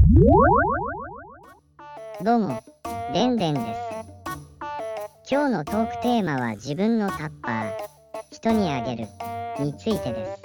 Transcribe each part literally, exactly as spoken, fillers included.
どうも、でんでんです。今日のトークテーマは自分のタッパー、人にあげるについてです。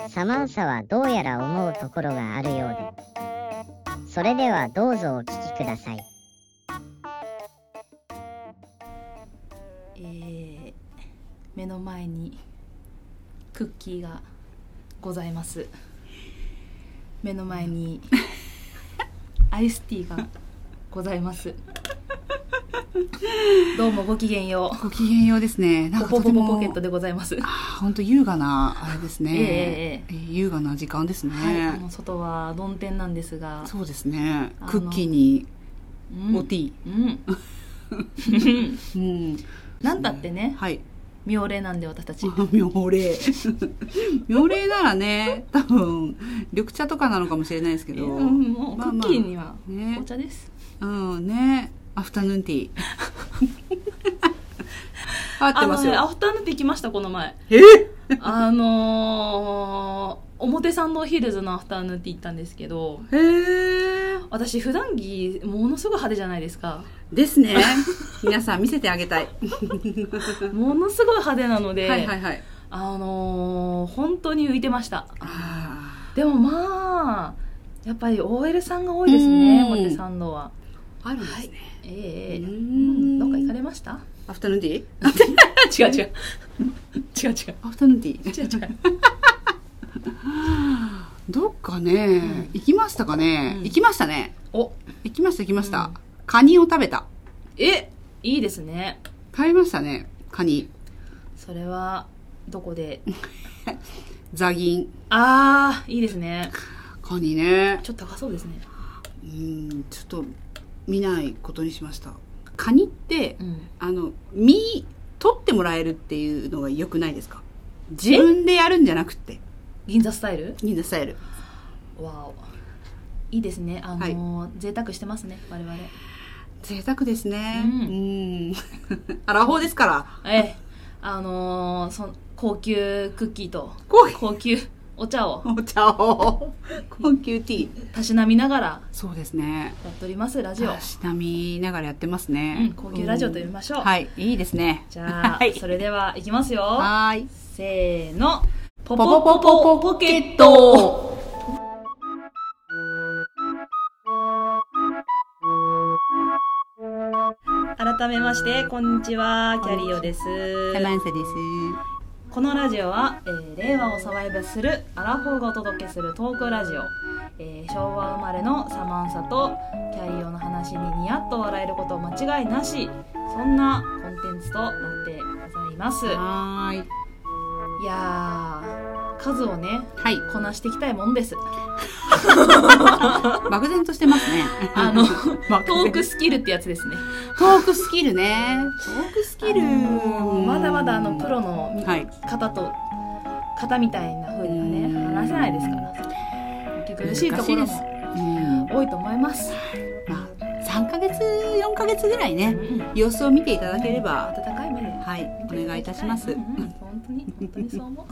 サマンサはどうやら思うところがあるようで、それではどうぞお聞きください。 えー、目の前にクッキーがございます。目の前にアイスティーがございます。どうもごきげんよう。 ごきげんようですね。 なんかポポポポポケットでございます。 本当優雅なあれですね。 えーえー、優雅な時間ですね。 はい、あの外は曇天なんですが。 そうですね。クッキーにおティー。うん。うん。なんだってね。 はい。 妙齢なんで私たち。 妙齢。妙齢ならね、多分緑茶とかなのかもしれないですけど。 うん、もうクッキーには紅茶です。 まあまあ、うんね。アフタヌーンティー。合ってますよ。 あのね、アフタヌーンティー来ましたこの前。 え？ あのー、表参道ヒルズのアフタヌーンティー行ったんですけど。 へー。 私普段着ものすごい派手じゃないですか。 ですね。皆さん見せてあげたい。 ものすごい派手なので、 はいはいはい。 あのー、本当に浮いてました。 あでもまあやっぱり オーエル さんが多いですね。表参道はあるんですね。はい、 ええー、うん、どっか行かれました？ アフタヌーンティー？ 違う違う違う違うアフタヌーンティー？ 違う違うどっかね、うん、行きましたかね、うん、行きましたね。 お行きました行きました、うん、カニを食べた。 え、いいですね。 買いましたね、カニ。 それはどこで？ ザギン。 あー、いいですね。 カニね、 ちょっと高そうですね。 うん、ちょっと見ないことにしました。カニって、うん、あの身取ってもらえるっていうのが良くないですか？自分でやるんじゃなくて。 銀座スタイル？ 銀座スタイル。 わお、いいですね。あのーはい、贅沢してますね我々。 贅沢ですね。うん。うんアラフォーですから。 ええ、あのー、そ高級クッキーと高級お茶をお茶を高級ティーたしなみながら。 そうですね。 やっておりますラジオ。 たしなみながらやってますね。 うん、高級ラジオと呼びましょう。 はい、いいですね。 じゃあ、はい、それではいきますよ。 はい。 せーの。 ポポポポポポケット。 改めましてこんにちは、キャリオです。 サマンサです。 このラジオは、えー、令和をサバイブするアラフォーがお届けするトークラジオ、えー、昭和生まれのサマンサとキャリオの話にニヤッと笑えること間違いなし、そんなコンテンツとなってございます。 はーい。 いやー、数をね、はい、こなしていきたいもんです。 漠然としてますね。 あのトークスキルってやつですね。 トークスキルね。トークスキル、 まだまだあのプロの方と、はい、方みたいな風にはね話せないですから。苦しいところも多いと思います。 まあさんかげつよんかげつぐらいね、うん、様子を見ていただければ、 温かい目で、 はい、お願いいたします。うんうん、 本当に本当にそう思う。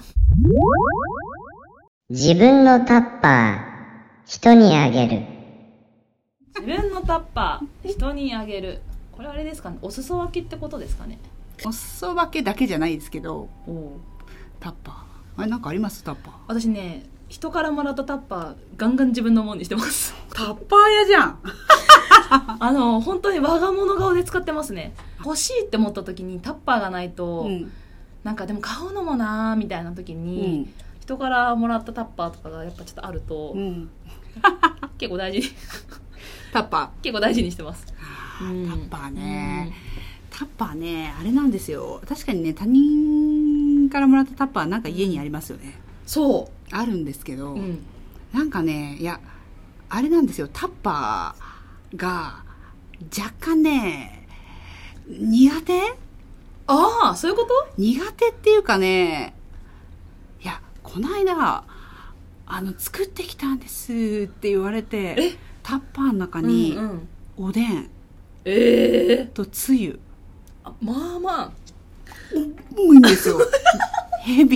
自分のタッパー人にあげる。 自分のタッパー人にあげる。これあれですかね、お裾分けってことですかね。 お裾分けだけじゃないですけど、おタッパー、あれなんかあります？タッパー。 私ね、人からもらったタッパーガンガン自分のものにしてます。 タッパー屋じゃん。 あの本当に我が物顔で使ってますね。欲しいって思った時にタッパーがないと、うん、なんかでも買うのもなーみたいな時に、うん、人からもらったタッパーとかがやっぱちょっとあると、うん、結構大事にタッパー結構大事にしてます。 うん、タッパーね、うん、タッパーね、あれなんですよ。確かにね、他人からもらったタッパーなんか家にありますよね。 そうあるんですけど、 うん、 なんかね、いやあれなんですよ、タッパーが若干ね苦手。 ああ、そういうこと？ 苦手っていうかね、いやこの間あの作ってきたんですって言われて、タッパーの中におでん、うんうん、 えー、 とつゆ、 あ、まあまあ重いんですよ。ヘビ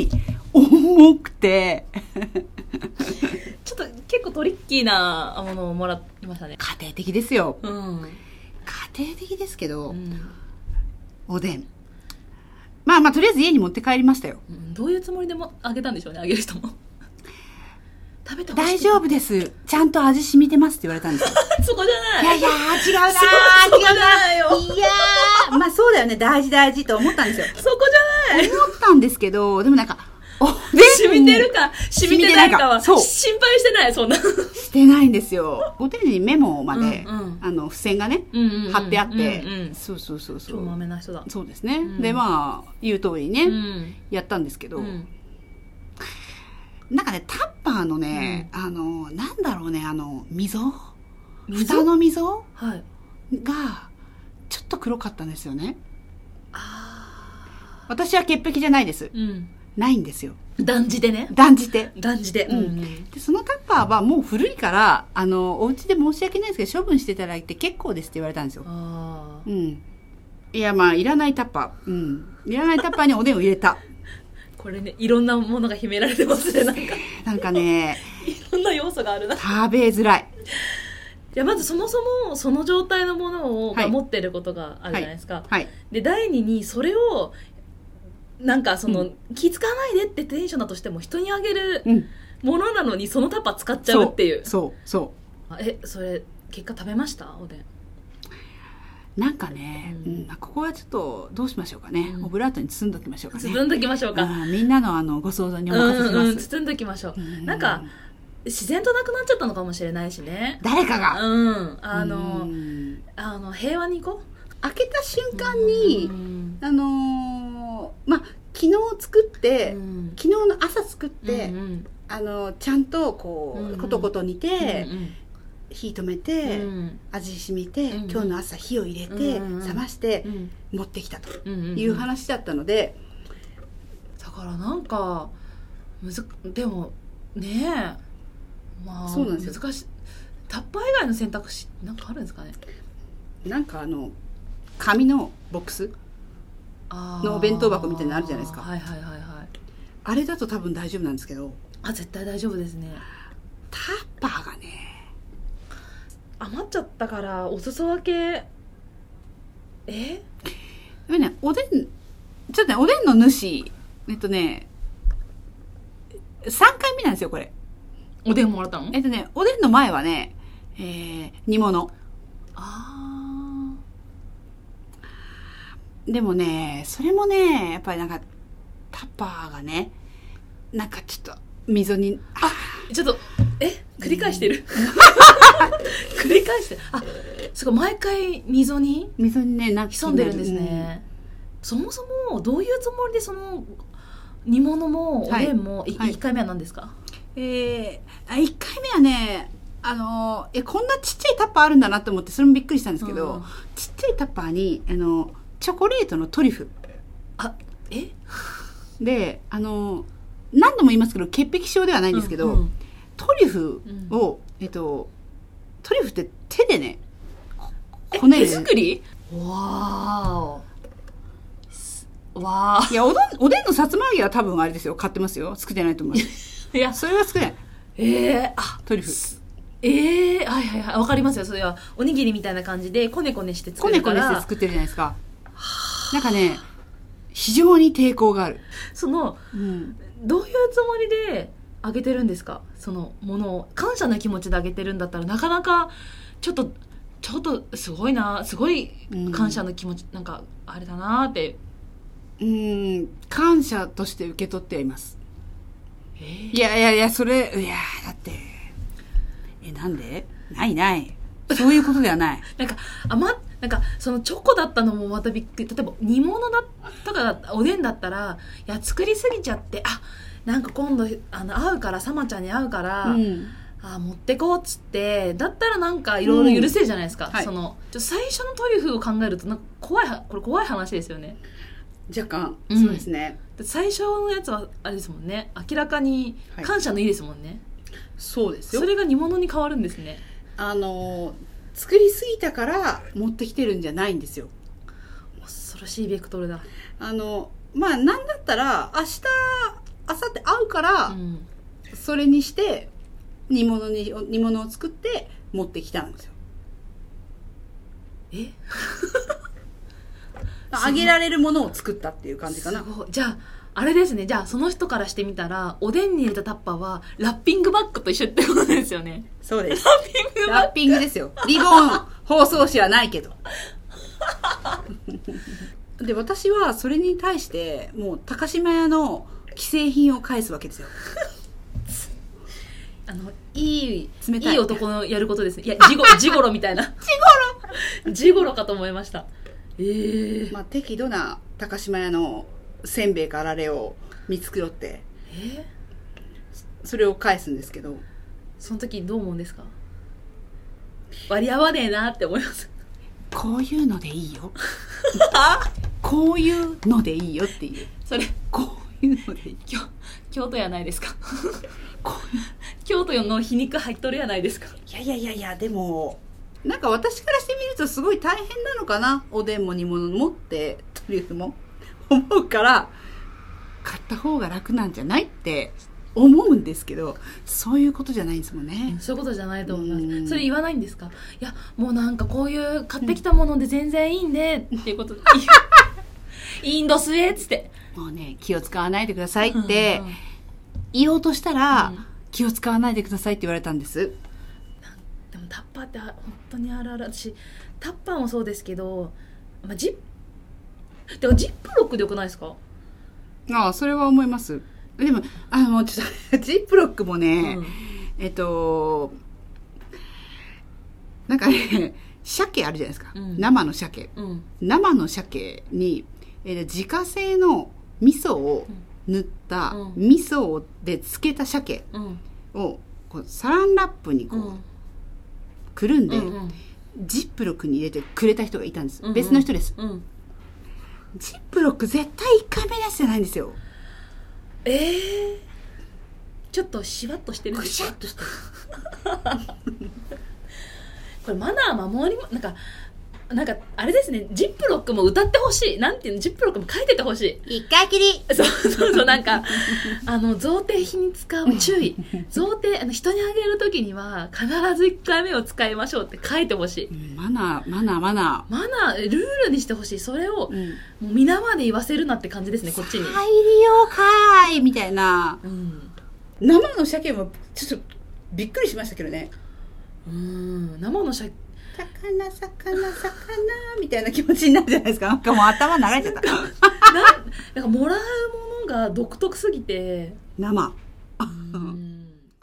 重くてちょっと結構トリッキーなものをもらいましたね。 家庭的ですよ、 うん、 家庭的ですけど、 うん、 おでんまあまあとりあえず家に持って帰りましたよ、 うん、どういうつもりでもあげたんでしょうね、あげる人も食べてほしい、 大丈夫です、ちゃんと味染みてますって言われたんですよそこじゃない、 いやいや違うなーそこじゃないよ、 いやーまあそうだよね、大事大事と思ったんですよそこじゃない思ったんですけど、でもなんかおでん染みてるか染みてないかはそう心配してない、そんなしてないんですよ。おでんにメモまで、 うんうん、 あの付箋がね、 うんうんうん、 貼ってあって、 うんうん、 そうそうそうそう、 超まめな人だ。 そうですね、 うん、 でまあ言う通りね、 うん、 やったんですけど、 うん、 なんかねタッパーのね、うん、あのなんだろうね、あの溝溝蓋の溝、 はい、 がちょっと黒かったんですよね。 あ、 私は潔癖じゃないです、 うん、 ないんですよ、 断じてね、 断じて断じて、うんうん、 でそのタッパーはもう古いからあのお家で申し訳ないですけど処分していただいて結構ですって言われたんですよ。 あ、 うん、いやまあいらないタッパー、うん、いらないタッパーにおでんを入れたこれね、いろんなものが秘められてますね、なんかなんかねいろんな要素があるな、 食べづらい。 いやまずそもそもその状態のものをが持ってることがあるじゃないですか、 はいはい、 でだいににそれをなんかその、うん、気使わないでってテンションだとしても人にあげるものなのにそのタッパー使っちゃうっていう、 そうそうそう、 え、それ結果食べました？おでんなんかね、うんうん、ここはちょっとどうしましょうかね、うん、オブラートに包んどきましょうかね、 包んどきましょうか、 みんなのあのご想像にお任せします、うんうん、 包んどきましょう、うん、なんか自然となくなっちゃったのかもしれないしね、 誰かが、 うんあの、うん、あの平和に行こう。 開けた瞬間に、うん、あのー、まあ昨日作って、うん、昨日の朝作って、うんうん、あのちゃんとこう、うんうん、コトコト煮て、うんうん、火止めて、うん、味染みて、うんうん、今日の朝火を入れて、うんうん、冷まして、うん、持ってきたという話だったので、 だからなんかむずでもねえまあ、 そうなんですよ。 難しい。タッパー以外の選択肢なんかあるんですかね。 なんかあの紙のボックスのお弁当箱みたいなのあるじゃないですか。 はいはいはいはい。 あれだと多分大丈夫なんですけど。 あ、絶対大丈夫ですね。 タッパーがね余っちゃったからお裾分けえ？ やっぱりねおでんちょっとねおでんの主えっとねさんかいめなんですよこれ。 おでんもらったの？ えっとね、おでんの前はね、えー、煮物。 あー。でもね、それもね、やっぱりなんか、タッパーがね、なんかちょっと、溝に。 あ、ちょっと、え繰り返してる繰り返してる。あ、すごい、毎回溝に溝にね、なんか潜んでるんですね。うん、そもそも、どういうつもりでその、煮物もおでんも、はい、いっかいめは何ですか？はい、 えー、いっかいめはね、あのえこんなちっちゃいタッパーあるんだなと思ってそれもびっくりしたんですけど、うん、ちっちゃいタッパーにあのチョコレートのトリュフ、 あえであの何度も言いますけど潔癖症ではないんですけど、うんうん、トリュフを、うん、えっとトリュフって手でねこねる手作り？わーわーいやおどんおでんのさつま揚げは多分あれですよ、買ってますよ、作ってないと思いますいやそれは作れない。 えー、あトリュフえー、はいはいはい、わかりますよ。それはおにぎりみたいな感じでコネコネして作るから、 コネコネして作ってるじゃないですか。なんかね非常に抵抗がある。 その、うん、どういうつもりであげてるんですか？そのものを感謝の気持ちであげてるんだったらなかなかちょっとちょっとすごいな、すごい感謝の気持ち、うん、なんかあれだなって。 うーん感謝として受け取っています。 えー、 いやいやいやそれいやだってえなんでないないそういうことではないなんかあまなんかそのチョコだったのもまたびっくり。例えば煮物だとかだおでんだったらいや作りすぎちゃってあなんか今度あの会うからさまちゃんに会うから、うん、あ持ってこうっつってだったらなんかいろいろ許せるじゃないですか、うんはい、そのちょ最初のトリュフを考えるとなんか怖いこれ怖い話ですよね。 若干、うん、そうですね。 最初のやつはあれですもんね、明らかに感謝のいいですもんね、はい、 そうですよ。 それが煮物に変わるんですね。 あの作りすぎたから持ってきてるんじゃないんですよ。 恐ろしいベクトルだ。 あのまあなんだったら明日あさって合うから、うん、それにして煮物に煮物を作って持ってきたんですよ。 えあげられるものを作ったっていう感じかな。 すごい。じゃああれですね。じゃあその人からしてみたらおでんに入れたタッパーはラッピングバッグと一緒ってことですよね。 そうです。 ラッピングバッグ。 ラッピングですよ。リボン包装紙はないけど。で私はそれに対してもう高島屋の既製品を返すわけですよ。 あのいい冷たいいい男のやることですね。いやジゴジゴロみたいな。ジゴロジゴロかと思いました。えー、 まあ適度な高島屋のせんべいかあられを見繕って、 えー、それを返すんですけど、 その時どう思うんですか？割り合わねえなって思います。 こういうのでいいよ。こういうのでいいよっていう。 それこういうのでいい。 京, 京都やないですか。こういう京都の皮肉入っとるやないですか。 いやいやいやいや、でもなんか私からしてみるとすごい大変なのかな、おでんも煮物もってトリュフも思うから、買った方が楽なんじゃないって思うんですけど、そういうことじゃないんですもんね。 そういうことじゃないと思います。それ言わないんですか？いやもうなんかこういう買ってきたもので全然いいんで、うん、っていうことでインドスエっつってもうね、気を使わないでくださいって言おうとしたら、うん、気を使わないでくださいって言われたんです。 でもタッパーって本当にあるある。私タッパーもそうですけど、まあ、ジップでもジップロックでよくないですか？ ああ、それは思います。でもあのちょっとジップロックもね、うん、えっとなんかね、鮭あるじゃないですか、うん、生の鮭、うん、生の鮭に、えー、自家製の味噌を塗った、うん、味噌で漬けた鮭をこうサランラップにこう、うん、くるんで、うんうん、ジップロックに入れてくれた人がいたんです、うんうん、別の人です、うん、ジップロック絶対いっかいめのやつじゃないんですよ。 えー、ちょっとシワッとしてるんですか？ くしゃっとしてる。 これマナー守りもなんかなんかあれですね。ジップロックも歌ってほしい。なんていうの、ジップロックも書いててほしい。一回きり。 そうそうそう、なんかあの贈呈品に使う注意。贈呈あの人にあげるときには必ず一回目を使いましょうって書いてほしい。 マナーマナーマナーマナールールにしてほしい。それを、うん、もう皆まで言わせるなって感じですね。こっちに。 再利用かーいみたいな。うん、生の鮭もちょっとびっくりしましたけどね。 うん、生の鮭。 魚魚魚みたいな気持ちになるじゃないですか。なんかもう頭流れちゃったな。 なんかもらうものが独特すぎて生。 うん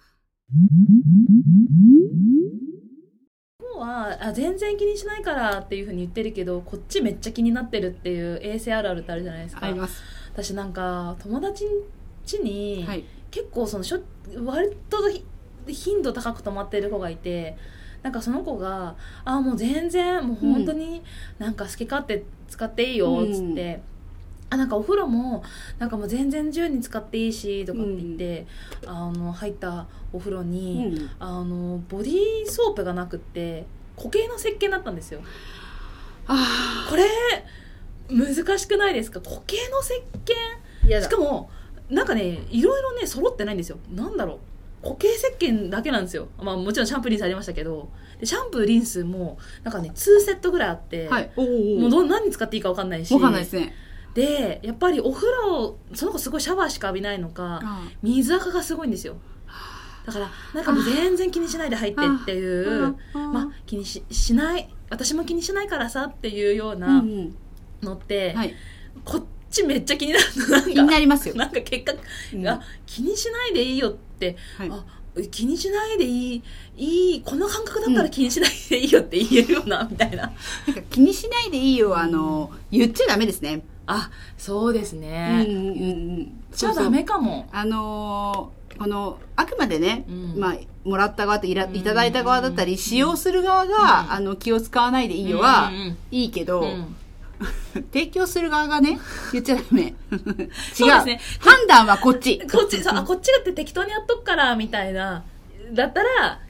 もうはあ全然気にしないからっていう風に言ってるけど、こっちめっちゃ気になってるっていう衛生あるあるってあるじゃないですか。 あります。 私なんか友達ん家に、はい、結構そのしょ割と頻度高く泊まってる子がいて、なんかその子があもう全然もう本当になんか好き勝手使っていいよっつって、うん、あなんかお風呂もなんかもう全然自由に使っていいしとかって言って、うん、あの入ったお風呂に、うん、あのボディーソープがなくって固形の石鹸だったんですよ。あこれ難しくないですか？固形の石鹸しかもなんかねいろいろね揃ってないんですよ。なんだろう固形石鹸だけなんですよ。まあもちろんシャンプーリンスありましたけど、でシャンプーリンスもなんかねにセットぐらいあって、はい、おーおーもうど何に使っていいか分かんないし、 分かんないですね。 でやっぱりお風呂その子すごいシャワーしか浴びないのか、水垢がすごいんですよ。だからなんかもう全然気にしないで入ってっていうまあ気に し, しない私も気にしないからさっていうようなのって、うんはい、こっちめっちゃ気になるの。なんか気になりますよ。 なんか結果、うん、あ気にしないでいいよって、はい、あ気にしないでいいいいこの感覚だったら気にしないでいいよって言えるよな、うん、みたいな。 なんか気にしないでいいよあの言っちゃダメですね。 あそうですね。うんうんうん、言っちゃダメかも。 あのーこのあくまでね、うんまあ、もらった側といらいただいた側だったり、うん、使用する側が、うん、あの気を使わないでいいよは、うん、いいけど、うん、提供する側がね言っちゃダメ。違うそうですね。 判断はこっちこっちそうあこっちだって適当にやっとくからみたいなだったら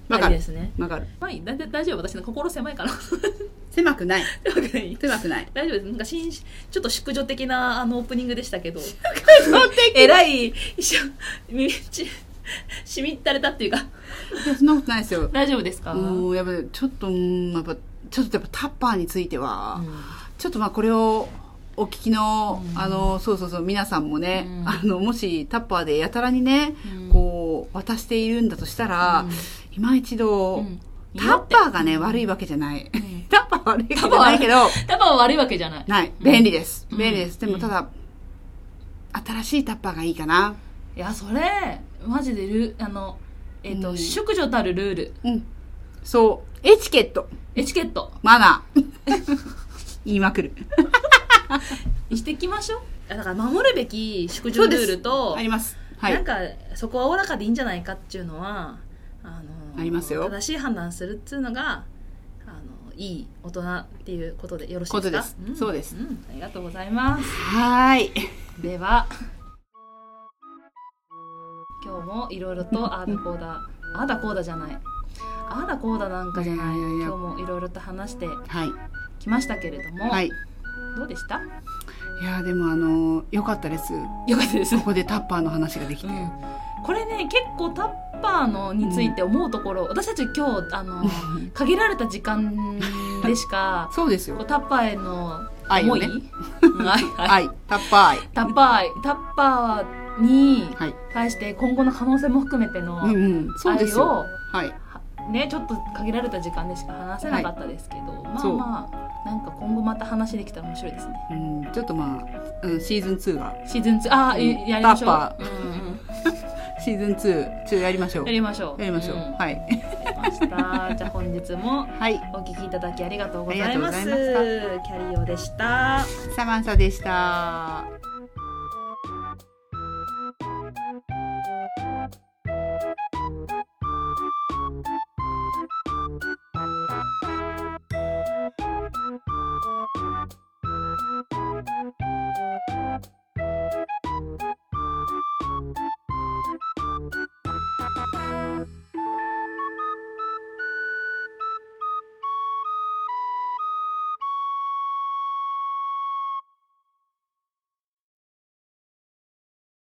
わかるですね。 わかる。 まあ、だ大丈夫、私の心狭いかな。 狭くない。 狭くない狭くない。 大丈夫です。なんかしんちょっと淑女的なあのオープニングでしたけど、えらいしみちしみったれたっていうか。 いやそんなことないですよ。 大丈夫ですか？ もうやっぱりちょっとうんやっぱちょっとやっぱタッパーについては、 うん、 ちょっとまあこれをお聞きの、 うん、 あのそうそうそう皆さんもね、うん、あのもしタッパーでやたらにね、うん、こう渡しているんだとしたら、うん、今一度、うん、タッパーがね悪いわけじゃない、うん、タッパー悪いわけじゃないけどタッパーは悪いわけじゃないない便利です、うん、便利です、でもただ、うん、新しいタッパーがいいかな。 いやそれマジでルあのえっ、ー、と、うん、淑女たるルール、 うん、そうエチケットエチケットマナー言いまくるしていきましょう。だから守るべき淑女ルールとあります、はい、 なんかそこはおおらかでいいんじゃないかっていうのはあのありますよ。正しい判断するっていうのがあのいい大人っていうことでよろしいですか？ ことです、うん、そうです、 うん、ありがとうございます。 はい。 では今日もいろいろとあーだこうだあーだこうだじゃないあーだこうだなんかじゃない、いやいやいや今日もいろいろと話してきましたけれども、はい、どうでした？ いやでもあの良かったです。 良かったです。 ここでタッパーの話ができて、うん、 これね結構タッパーのについて思うところ、うん、私たち今日あの限られた時間でしかそうですよ。 タッパーへの思い、 愛をね、愛、愛、タッパー愛、 タッパー愛、タッパーに対して今後の可能性も含めての愛を、ね、ちょっと限られた時間でしか話せなかったですけど、はい、まあまあなんか今後また話できたら面白いですね。 うん、ちょっとまあ、うん、シーズンツーがシーズンツーあー、うん、やりましょう。タッパー、うんうん、 シーズンツーちょっとやりましょう。 やりましょう。 やりましょう。うん、はい。 やりました。じゃあ本日もお聞きいただきありがとうございます。キャリオでした。 サマンサでした。